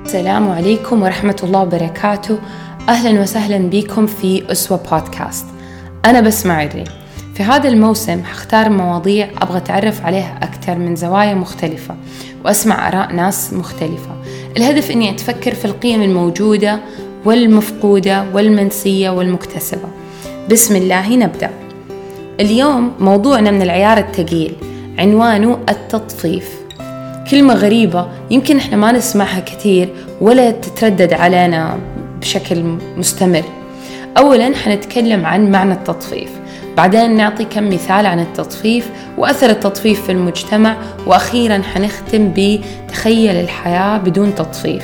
السلام عليكم ورحمة الله وبركاته. أهلا وسهلا بكم في أسوة بودكاست. أنا بسمة عري. في هذا الموسم هختار مواضيع أبغى أتعرف عليها أكثر من زوايا مختلفة وأسمع آراء ناس مختلفة. الهدف أني أتفكر في القيم الموجودة والمفقودة والمنسية والمكتسبة. بسم الله نبدأ. اليوم موضوعنا من العيار الثقيل، عنوانه التطفيف. كلمة غريبة يمكن إحنا ما نسمعها كثير ولا تتردد علينا بشكل مستمر. أولاً حنتكلم عن معنى التطفيف، بعدين نعطي كم مثال عن التطفيف وأثر التطفيف في المجتمع، وأخيراً حنختم بتخيل الحياة بدون تطفيف.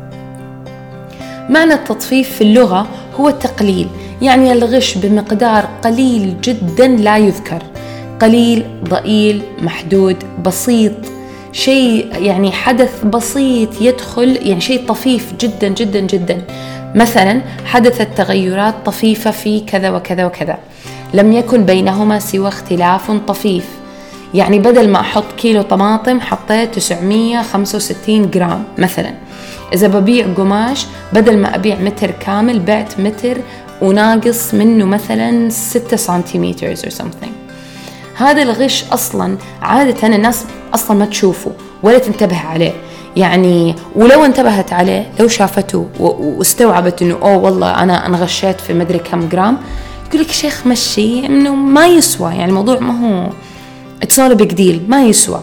معنى التطفيف في اللغة هو التقليل، يعني الغش بمقدار قليل جداً لا يذكر، قليل، ضئيل، محدود، بسيط، شيء يعني حدث بسيط يدخل، يعني شيء طفيف جدا جدا جدا. مثلا حدثت تغيرات طفيفة في كذا وكذا وكذا، لم يكن بينهما سوى اختلاف طفيف. يعني بدل ما أحط كيلو طماطم حطيت 965 جرام مثلا. إذا ببيع قماش بدل ما أبيع متر كامل بعت متر وناقص منه مثلا 6 سنتيمتر or something. هذا الغش أصلا عادة الناس أصلا ما تشوفه ولا تنتبه عليه، يعني ولو انتبهت عليه، لو شافته واستوعبت إنه أوه والله أنا غشيت في مدري كم جرام، يقول لك شيخ مشي إنه ما يسوى، يعني الموضوع ما هو it's not a big deal، ما يسوى.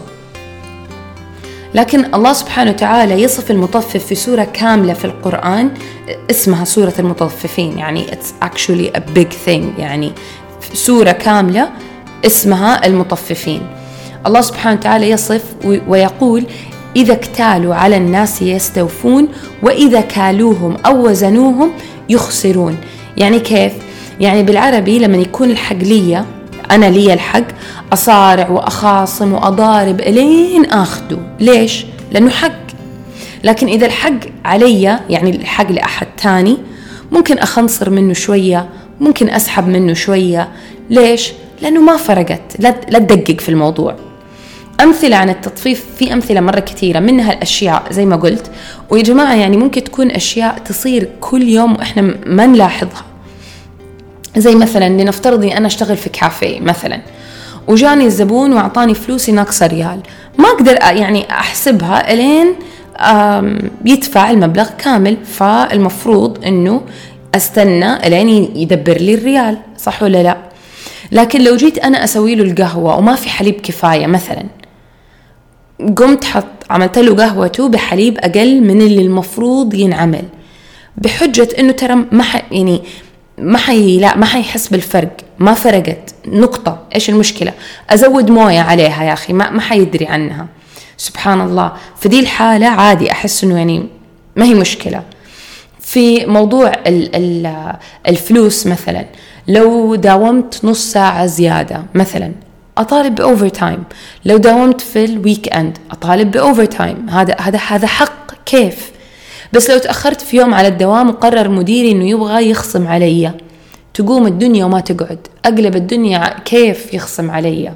لكن الله سبحانه وتعالى يصف المطفف في سورة كاملة في القرآن اسمها سورة المطففين، يعني it's actually a big thing، يعني سورة كاملة اسمها المطففين. الله سبحانه وتعالى يصف ويقول: إذا اكتالوا على الناس يستوفون وإذا كالوهم أو وزنوهم يخسرون. يعني كيف؟ يعني بالعربي لما يكون الحق لي، أنا لي الحق، أصارع وأخاصم وأضارب إلين أخده. ليش؟ لأنه حق. لكن إذا الحق علي، يعني الحق لأحد تاني، ممكن أخنصر منه شوية، ممكن أسحب منه شوية. ليش؟ لأنه ما فرقت، لا تدقق في الموضوع. أمثلة عن التطفيف في أمثلة مرة كثيرة، منها الأشياء زي ما قلت. ويا جماعة يعني ممكن تكون أشياء تصير كل يوم وإحنا ما نلاحظها. زي مثلا لنفترض أنا أشتغل في كافيه مثلا، وجاني الزبون وأعطاني فلوسي ناقصة ريال، ما أقدر يعني أحسبها إلين يدفع المبلغ كامل، فالمفروض إنه أستنى إلين يدبر لي الريال، صح ولا لا؟ لكن لو جيت أنا أسوي له القهوة وما في حليب كفاية مثلا، قمت عملت له قهوته بحليب أقل من اللي المفروض ينعمل، بحجة إنه ترى ما حيحس بالفرق، ما فرقت نقطة. إيش المشكلة؟ أزود موية عليها يا أخي، ما حيدري عنها. سبحان الله. في دي الحالة عادي أحس إنه يعني ما هي مشكلة. في موضوع الفلوس مثلا، لو داومت نص ساعة زيادة مثلا أطالب بأوفر تايم، لو داومت في الويك أند أطالب بأوفر تايم. هذا حق. كيف؟ بس لو تأخرت في يوم على الدوام وقرر مديري إنه يبغى يخصم علي، تقوم الدنيا وما تقعد، أقلب الدنيا. كيف يخصم علي؟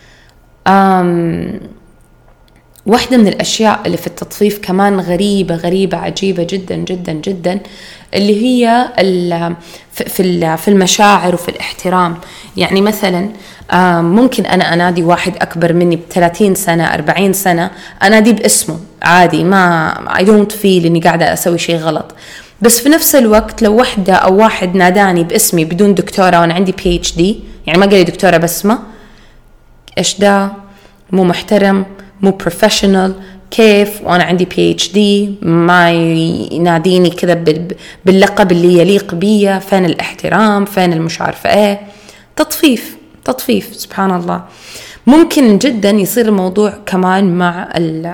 واحدة من الأشياء اللي في التطفيف كمان غريبة عجيبة جدا جدا جدا، اللي هي في المشاعر وفي الاحترام. يعني مثلا ممكن أنا أنادي واحد أكبر مني ب30 سنة 40 سنة، أنادي باسمه عادي، ما I don't feel إني قاعدة أسوي شيء غلط. بس في نفس الوقت لو واحدة أو واحد ناداني باسمي بدون دكتورة وأنا عندي PhD، يعني ما قال لي دكتورة بسمة، إيش ده؟ مو محترم، مو بروفيشنال. كيف وأنا عندي PhD ما يناديني كذا باللقب اللي يليق بي؟ فين الاحترام؟ فين المشعرفة ايه؟ تطفيف. سبحان الله. ممكن جدا يصير الموضوع كمان مع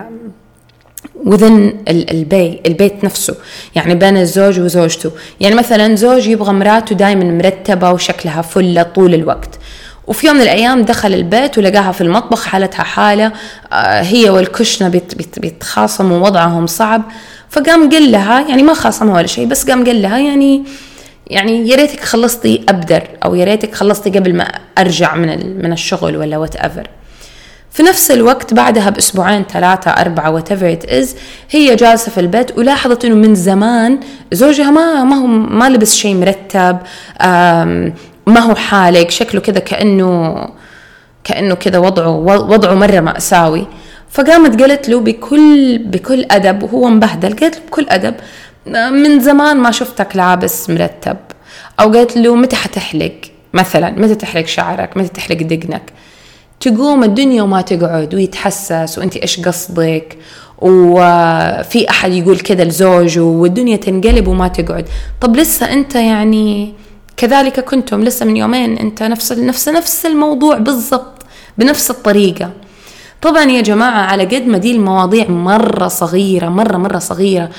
وذن البيت نفسه، يعني بين الزوج وزوجته. يعني مثلا زوج يبغى مراته دايما مرتبة وشكلها فلة طول الوقت، وفي يوم من الأيام دخل البيت ولقاها في المطبخ حالتها حالة، هي والكشنة بيتخاصموا ووضعهم صعب. فقام قال لها، يعني ما خاصمها ولا شيء، بس قام قال لها يعني يا ريتك خلصتي أبدر، أو يا ريتك خلصتي قبل ما أرجع من الشغل ولا whatever. في نفس الوقت بعدها بأسبوعين 3 4 whatever it is هي جالسة في البيت ولاحظت إنه من زمان زوجها ما لبس شيء مرتب، ما هو حالق، شكله كذا كأنه كذا وضعه مرة مأساوي. فقامت قالت له بكل أدب وهو مبهدل، قالت له بكل أدب من زمان ما شفتك لابس مرتب، أو قالت له متى حتحلق مثلا، متى تحلق شعرك، متى تحلق دقنك. تقوم الدنيا وما تقعد ويتحسس وانتي ايش قصدك، وفي أحد يقول كذا لزوجه والدنيا تنقلب وما تقعد. طب لسه انت يعني كذلك كنتم لسه من يومين انت نفس الموضوع بالضبط بنفس الطريقة. طبعا يا جماعة على قد ما دي المواضيع مرة صغيرة مرة صغيرة،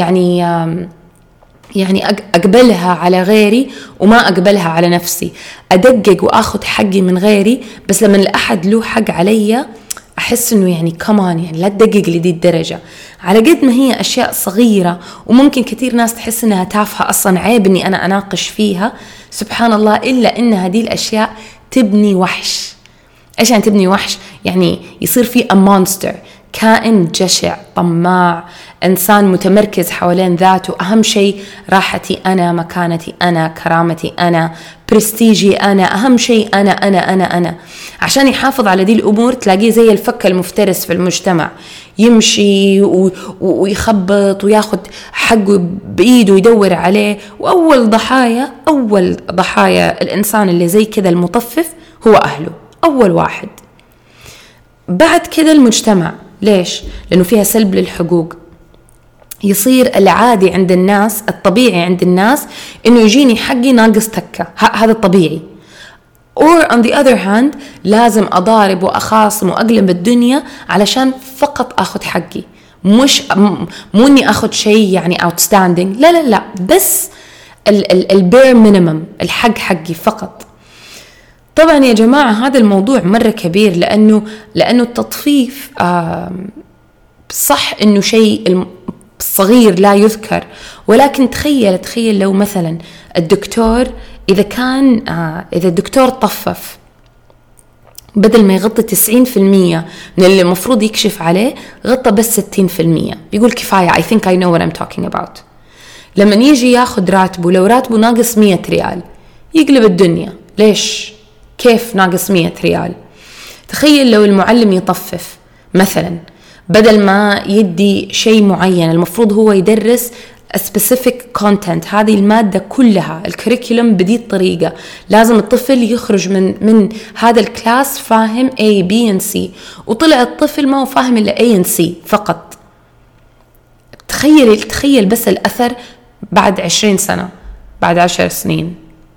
يعني أقبلها على غيري وما أقبلها على نفسي، أدقق وأخذ حقي من غيري، بس لما الأحد له حق علي أحس إنه يعني كمان يعني لا تدقق لدي الدرجة. على قد ما هي أشياء صغيرة وممكن كثير ناس تحس إنها تافهة أصلا عيب إني أنا أناقش فيها، سبحان الله، إلا إن هذه الأشياء تبني وحش. إيش يعني تبني وحش؟ يعني يصير في مونستر، كائن جشع طماع، إنسان متمركز حوالين ذاته، أهم شيء راحتي أنا، مكانتي أنا، كرامتي أنا، برستيجي أنا، أهم شيء أنا. عشان يحافظ على دي الأمور تلاقيه زي الفك المفترس في المجتمع، يمشي ويخبط وياخد حقه بإيده ويدور عليه. وأول ضحايا الإنسان اللي زي كذا المطفف هو أهله، أول واحد. بعد كذا المجتمع. ليش؟ لأنه فيها سلب للحقوق. يصير العادي عند الناس، الطبيعي عند الناس إنه يجيني حقي ناقص تكة، هذا الطبيعي. or on the other hand لازم أضارب وأخاصم وأقلب الدنيا علشان فقط أخذ حقي، مو إني أخذ شيء يعني outstanding، لا بس البير مينيمم، الحق حقي فقط. طبعا يا جماعة هذا الموضوع مرة كبير، لأنه التطفيف صح إنه شيء صغير لا يذكر، ولكن تخيل لو مثلا الدكتور إذا الدكتور طفف، بدل ما يغطي 90% من اللي المفروض يكشف عليه غطى بس 60%، يقول كفاية I think I know what I'm talking about. لما يجي ياخد راتبه، لو راتبه ناقص 100 ريال يقلب الدنيا. ليش؟ كيف ناقص 100 ريال؟ تخيل لو المعلم يطفف مثلا، بدل ما يدي شيء معين المفروض هو يدرس specific content، هذه المادة كلها الكريكولم بدي الطريقة، لازم الطفل يخرج من هذا الكلاس فاهم A B and C، وطلع الطفل ما هو فاهم إلا A and C فقط. تخيل بس الأثر بعد 20 سنة، بعد 10 سنين.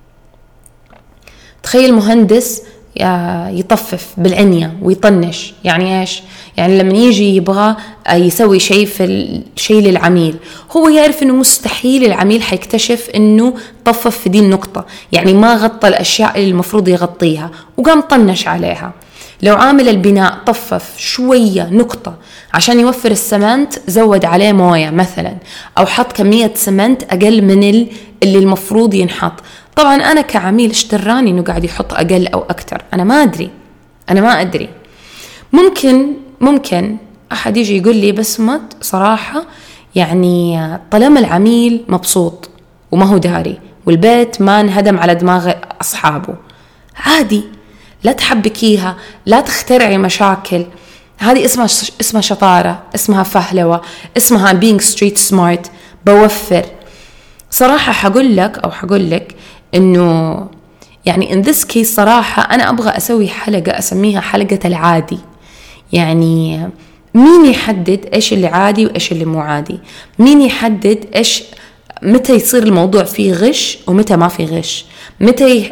تخيل مهندس يطفف بالعنية ويطنش، يعني إيش؟ يعني لما يجي يبغى يسوي شيء للعميل، هو يعرف إنه مستحيل العميل حيكتشف إنه طفف في دي النقطة، يعني ما غطى الأشياء اللي المفروض يغطيها وقام طنش عليها. لو عامل البناء طفف شوية نقطة عشان يوفر السمنت، زود عليه موية مثلا، أو حط كمية سمنت أقل من اللي المفروض ينحط، طبعا أنا كعميل اشتراني إنه قاعد يحط أقل أو أكتر، أنا ما أدري. ممكن أحد يجي يقول لي بس صراحة يعني طالما العميل مبسوط وما هو داري والبيت ما انهدم على دماغ أصحابه، عادي، لا تحبكيها، لا تخترعي مشاكل. هذه اسمها شطارة، اسمها فهلوة، اسمها being street smart. بوفر صراحة. حقول لك إنه يعني in this case صراحة أنا أبغى أسوي حلقة أسميها حلقة العادي. يعني مين يحدد إيش اللي عادي وإيش اللي مو عادي؟ مين يحدد متى يصير الموضوع فيه غش ومتى ما فيه غش؟ متى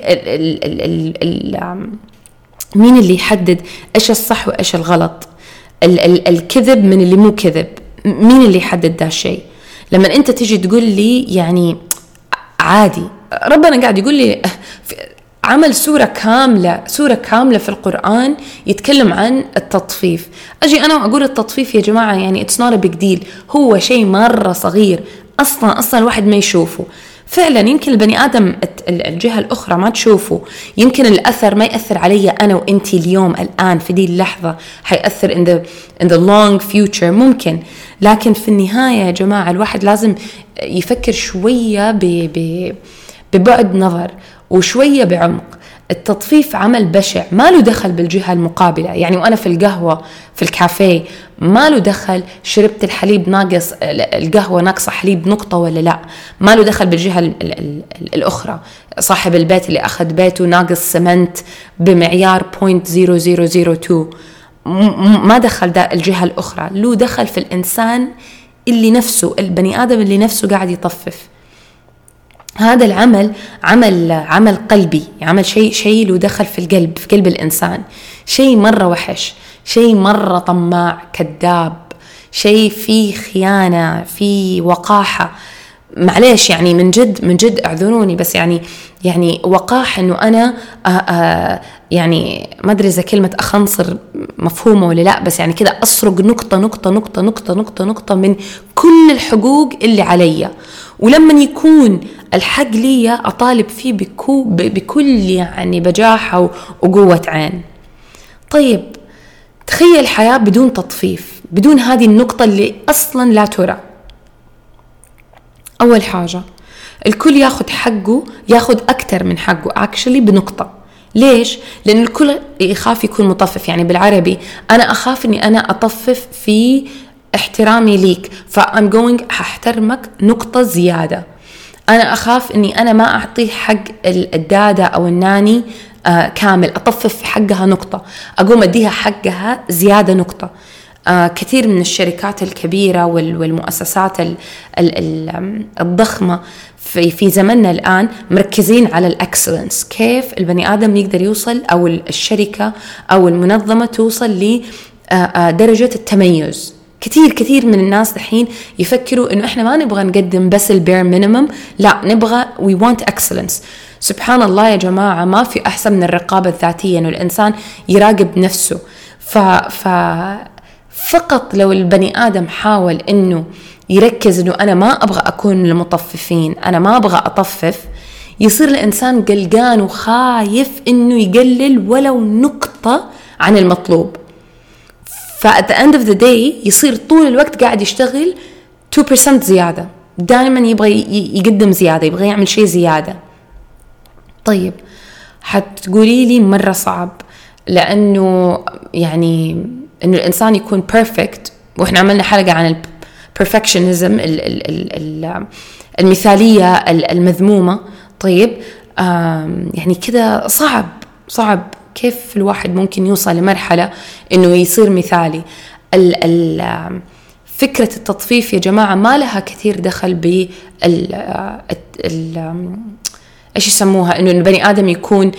مين اللي يحدد إيش الصح وإيش الغلط؟ الكذب من اللي مو كذب، مين اللي يحدد ده الشيء؟ لما أنت تيجي تقول لي يعني عادي، ربنا قاعد يقول لي عمل سورة كاملة في القرآن يتكلم عن التطفيف، أجي أنا وأقول التطفيف يا جماعة يعني it's not a big deal، هو شيء مرة صغير أصلا الواحد ما يشوفه. فعلا يمكن البني آدم الجهة الأخرى ما تشوفه، يمكن الأثر ما يأثر علي أنا وإنتي اليوم الآن في دي اللحظة، حيأثر in the long future ممكن. لكن في النهاية يا جماعة الواحد لازم يفكر شوية ببعد نظر وشوية بعمق. التطفيف عمل بشع ما له دخل بالجهة المقابلة. يعني وأنا في القهوة في الكافيه ما له دخل شربت الحليب ناقص، القهوة ناقصة حليب نقطة ولا لا، ما له دخل بالجهة الأخرى. صاحب البيت اللي أخذ بيته ناقص سمنت بمعيار 0.0002 ما دخل ده الجهة الأخرى، له دخل في الإنسان اللي نفسه، البني آدم اللي نفسه قاعد يطفف. هذا العمل عمل قلبي، عمل شيء له دخل في القلب، في قلب الإنسان، شيء مرة وحش، شيء مرة طماع كذاب، شيء فيه خيانة، فيه وقاحة. معليش يعني من جد اعذروني، بس يعني وقاح انه انا يعني ما ادري اذا كلمة اخنصر مفهومة ولا لا، بس يعني كده اسرق نقطة نقطة نقطة نقطة نقطة نقطة من كل الحقوق اللي عليا، ولما يكون الحق لي اطالب فيه بكل يعني بجاحة وقوة عين. طيب تخيل حياة بدون تطفيف، بدون هذه النقطة اللي اصلا لا ترى. أول حاجة الكل ياخد حقه، ياخد أكتر من حقه actually بنقطة. ليش؟ لأن الكل يخاف يكون مطفف. يعني بالعربي أنا أخاف أني أنا أطفف في احترامي ليك، فأم going هحترمك نقطة زيادة. أنا أخاف أني أنا ما أعطي حق الدادة أو الناني كامل، أطفف حقها نقطة، أقوم أديها حقها زيادة نقطة. كثير من الشركات الكبيرة والمؤسسات الضخمة في زمننا الآن مركزين على الأكسلنس، كيف البني آدم يقدر يوصل أو الشركة أو المنظمة توصل لدرجة التميز. كثير من الناس دحين يفكروا إنه إحنا ما نبغى نقدم بس البير مينيمم، لا نبغى we want excellence. سبحان الله يا جماعة، ما في أحسن من الرقابة الذاتية، إنه الإنسان يراقب نفسه. فقط لو البني آدم حاول إنه يركز إنه أنا ما أبغى أكون المطففين، أنا ما أبغى أطفف، يصير الإنسان قلقان وخايف إنه يقلل ولو نقطة عن المطلوب. فat the end of the day يصير طول الوقت قاعد يشتغل 2% زيادة، دائما يبغى يقدم زيادة، يبغى يعمل شيء زيادة. طيب حتقولي لي مرة صعب، لأنه يعني إنه الإنسان يكون perfect، وإحنا عملنا حلقة عن perfectionism المثالية المذمومة. طيب يعني كده صعب كيف الواحد ممكن يوصل لمرحلة إنه يصير مثالي. فكرة التطفيف يا جماعة ما لها كثير دخل إيش يسموها، إنه البني آدم يكون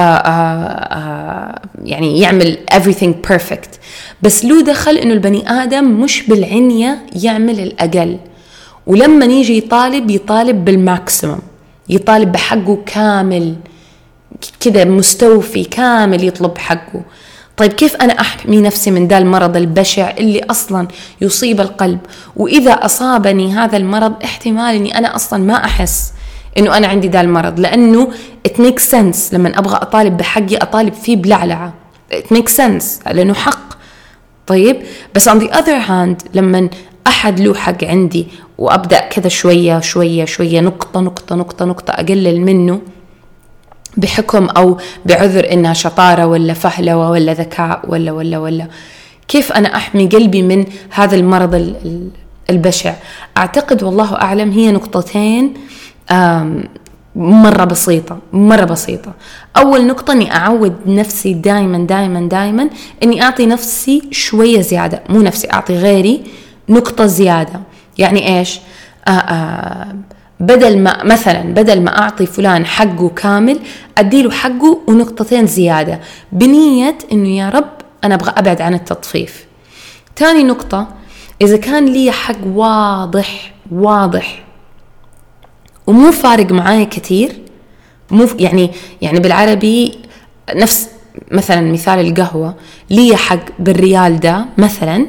يعني يعمل everything perfect، بس له دخل إنه البني آدم مش بالعنية يعمل الأقل، ولما نيجي يطالب بالماكسيمم، يطالب بحقه كامل كده مستوفي كامل، يطلب حقه. طيب كيف أنا أحمي نفسي من ذا المرض البشع اللي أصلا يصيب القلب؟ وإذا أصابني هذا المرض احتمال أني أنا أصلا ما أحس إنه أنا عندي ذا المرض، لأنه it makes sense لما أبغى أطالب بحقي أطالب فيه بلعلعة، it makes sense لأنه حق. طيب بس on the other hand لما أحد له حق عندي وأبدأ كذا شوية نقطة أقلل منه بحكم أو بعذر إنها شطارة ولا فهلوة ولا ذكاء ولا كيف أنا أحمي قلبي من هذا المرض البشع؟ أعتقد والله أعلم هي نقطتين مرة بسيطة. أول نقطة إني أعود نفسي دائما إني أعطي نفسي شوية زيادة، مو نفسي أعطي غيري نقطة زيادة. يعني إيش؟ بدل ما أعطي فلان حقه كامل أديله حقه ونقطتين زيادة، بنية إنه يا رب أنا أبغى أبعد عن التطفيف. تاني نقطة، إذا كان لي حق واضح ومو فارق معايا كتير، مو يعني بالعربي نفس مثلا مثال القهوة، لي حق بالريال ده مثلا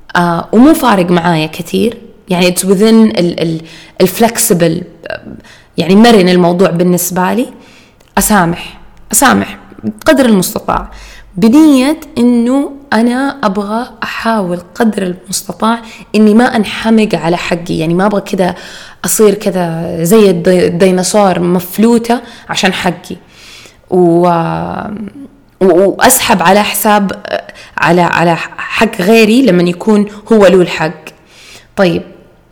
ومو فارق معايا كتير، يعني it's within الفلكسبل يعني مرن الموضوع بالنسبة لي، أسامح قدر المستطاع، بنية إنه أنا أبغى أحاول قدر المستطاع إني ما أنحمق على حقي. يعني ما أبغى كده أصير كده زي الديناصور مفلوتة عشان حقي، وأسحب على حساب على حق غيري لما يكون هو له الحق. طيب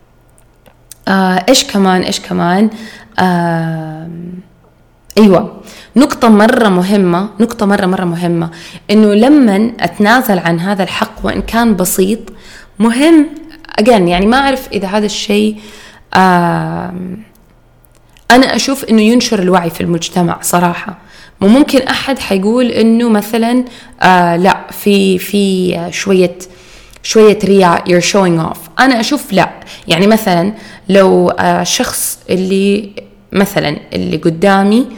إيش كمان أيوة، نقطة مرة مهمة إنه لما أتنازل عن هذا الحق وإن كان بسيط مهم يعني ما أعرف إذا هذا الشيء أنا أشوف إنه ينشر الوعي في المجتمع صراحة. وممكن أحد حيقول إنه مثلا لا في شوية رياء you're showing off. أنا أشوف لا، يعني مثلا لو شخص اللي قدامي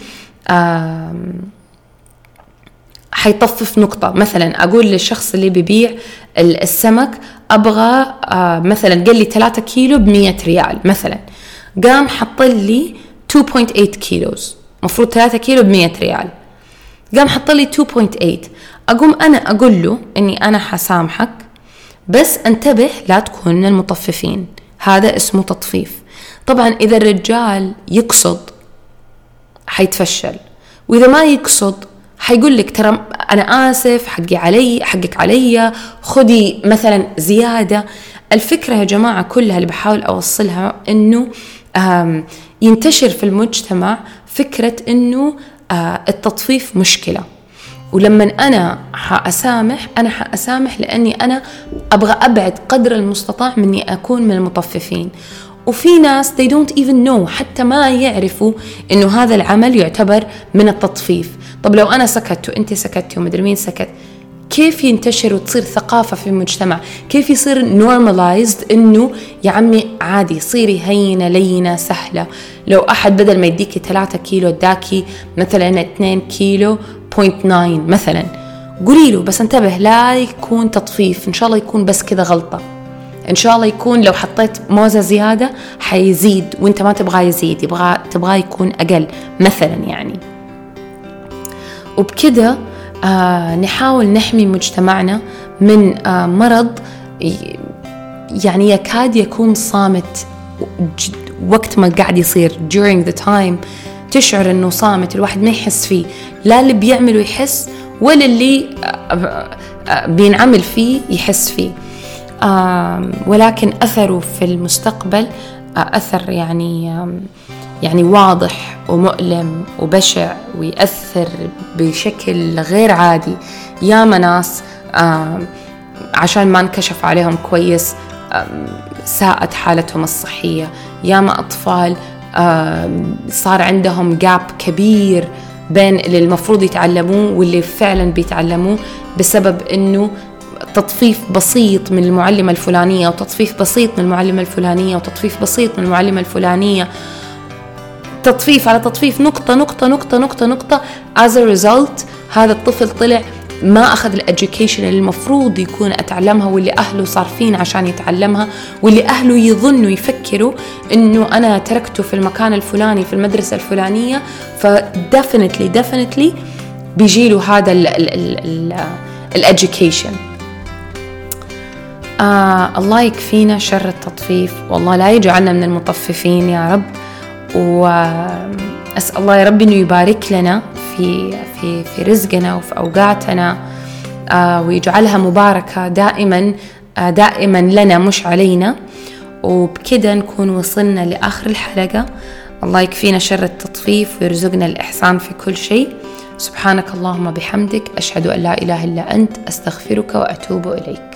حيطفف نقطة، مثلا أقول للشخص اللي بيبيع السمك أبغى مثلا قال لي 3 كيلو ب100 ريال مثلا، قام حط لي 2.8 كيلوز، مفروض 3 كيلو ب100 ريال، قام حط لي 2.8. أقوم أنا أقول له إني أنا حسامحك بس انتبه لا تكون من المطففين، هذا اسمه تطفيف. طبعا إذا الرجال يقصد حيتفشل، وإذا ما يقصد حيقول لك ترى أنا آسف، حقك علي، خدي مثلا زيادة. الفكرة يا جماعة كلها اللي بحاول أوصلها إنه ينتشر في المجتمع فكرة إنه التطفيف مشكلة، ولما أنا حأسامح لأني أنا أبغى أبعد قدر المستطاع مني أكون من المطففين. وفي ناس they don't even know، حتى ما يعرفوا إنه هذا العمل يعتبر من التطفيف. طب لو أنا سكت وإنتي سكتي ومدري مين سكت، كيف ينتشر وتصير ثقافة في المجتمع؟ كيف يصير normalized إنه يا عمي عادي، صيري هينة لينة سهلة. لو أحد بدل ما يديكي 3 كيلو اداكي مثلا 2 كيلو 0.9 مثلا، قولي له بس انتبه لا يكون تطفيف، إن شاء الله يكون بس كذا غلطة، إن شاء الله يكون لو حطيت موزة زيادة حيزيد وإنت ما تبغى يزيد، تبغى يكون أقل مثلا يعني. وبكده نحاول نحمي مجتمعنا من مرض يعني يكاد يكون صامت وقت ما قاعد يصير during the time، تشعر إنه صامت، الواحد ما يحس فيه، لا اللي بيعمله يحس ولا اللي بينعمل فيه يحس فيه. ولكن أثره في المستقبل أثر يعني واضح ومؤلم وبشع، ويأثر بشكل غير عادي. يا ناس عشان ما انكشف عليهم كويس ساءت حالتهم الصحية، ياما أطفال صار عندهم جاب كبير بين اللي المفروض يتعلموه واللي فعلا بيتعلموه بسبب إنه تطفيف بسيط من المعلمة الفلانية، وتطفيف بسيط من المعلمة الفلانية، وتطفيف بسيط من المعلمة الفلانية، تطفيف على تطفيف، نقطة نقطة نقطة نقطة نقطة. as a result هذا الطفل طلع ما أخذ الeducation اللي المفروض يكون أتعلمها، واللي أهله صارفين عشان يتعلمها، واللي أهله يظنوا يفكروا إنه أنا تركته في المكان الفلاني في المدرسة الفلانية فdefinitely بيجيله هذا الeducation. الله يكفينا شر التطفيف، والله لا يجعلنا من المطففين يا رب. وأسأل الله يا رب إنه يبارك لنا في رزقنا وفي أوقاتنا، ويجعلها مباركة دائما لنا مش علينا. وبكده نكون وصلنا لآخر الحلقة. الله يكفينا شر التطفيف ويرزقنا الإحسان في كل شيء. سبحانك اللهم بحمدك، أشهد أن لا إله إلا أنت، أستغفرك وأتوب إليك.